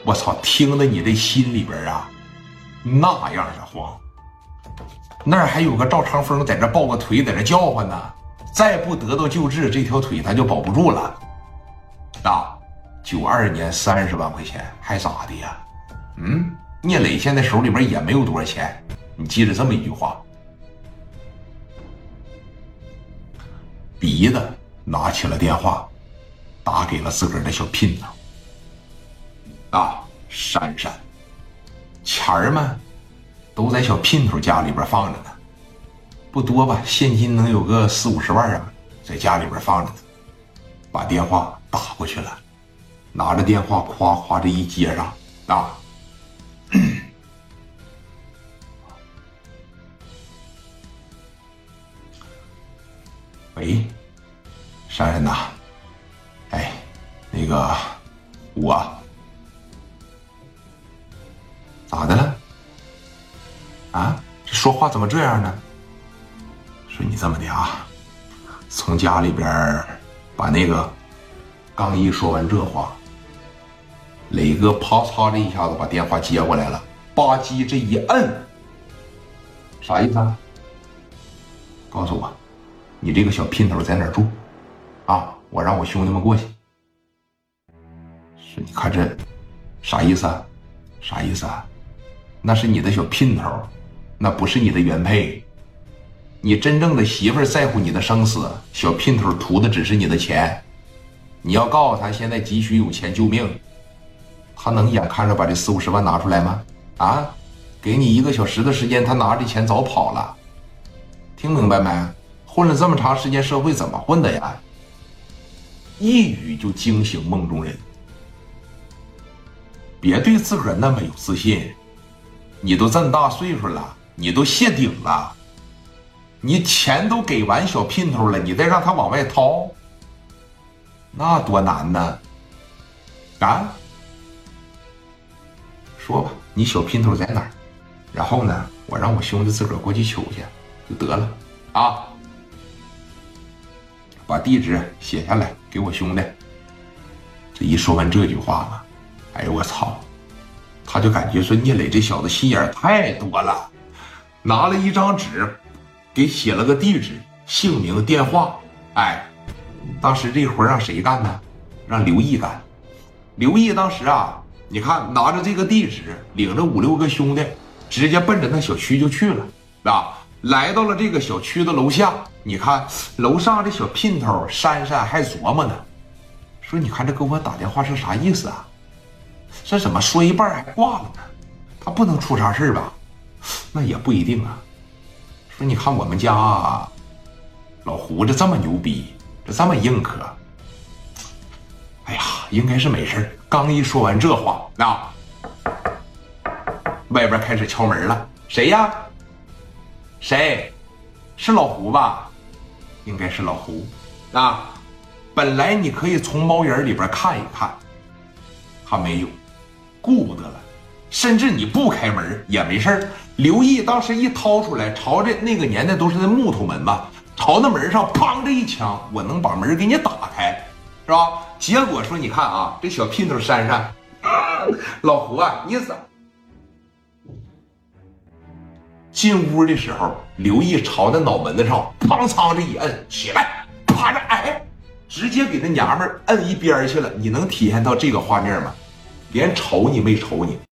我操，听得你这心里边啊那样的慌。那儿还有个赵长风在这抱个腿在这叫唤呢，再不得到救治，这条腿他就保不住了。啊，92年30万块钱还咋的呀？聂磊现在手里边也没有多少钱，你记着这么一句话。鼻子拿起了电话，打给了自个儿的小姘头。珊珊，钱儿嘛，都在小姘头家里边放着呢，不多吧，现金能有个40、50万啊，在家里边放着呢。把电话打过去了，拿着电话夸夸这一接上喂，珊珊呐，哎，那个我咋的了？这说话怎么这样呢？说你这么的啊，从家里边把那个刚一说完这话，磊哥啪嚓的一下子把电话接过来了，吧唧这一摁，啥意思啊？告诉我，你这个小姘头在哪儿住？我让我兄弟们过去。说你看这啥意思啊？啥意思啊？那是你的小姘头，那不是你的原配。你真正的媳妇儿在乎你的生死，小姘头图的只是你的钱。你要告诉他现在急需有钱救命，他能眼看着把这40、50万拿出来吗？给你1个小时的时间，他拿着钱早跑了。听明白没？混了这么长时间社会怎么混的呀？一语就惊醒梦中人。别对自个儿那么有自信，你都这么大岁数了，你都谢顶了，你钱都给完小姘头了，你再让他往外掏，那多难呢？说吧，你小姘头在哪儿？然后呢，我让我兄弟自个儿过去取去就得了把地址写下来给我兄弟。这一说完这句话嘛，哎呦我操，他就感觉说聂磊这小子心眼太多了，拿了一张纸给写了个地址、姓名、电话。当时这活让谁干呢？让刘毅干。刘毅当时你看拿着这个地址，领着5、6个兄弟，直接奔着那小区就去了来到了这个小区的楼下，你看楼上这小姘头珊珊还琢磨呢，说你看这给我打电话是啥意思啊？这怎么说一半还挂了呢？他不能出啥事吧？那也不一定啊。说你看我们家老胡子这么牛逼，这么硬核，哎呀，应该是没事。刚一说完这话外边开始敲门了。谁呀？谁？是老胡吧？应该是老胡本来你可以从猫眼里边看一看，他没有，顾不得了。甚至你不开门也没事。刘毅当时一掏出来，朝着那个年代都是那木头门吧，朝那门上砰的一枪，我能把门给你打开，是吧？结果说你看这小姘头珊珊，老胡你怎么？进屋的时候，刘毅朝那脑门子上砰嚓这一摁，起来，啪着直接给那娘们儿摁一边去了。你能体验到这个画面吗？连瞅你没瞅你。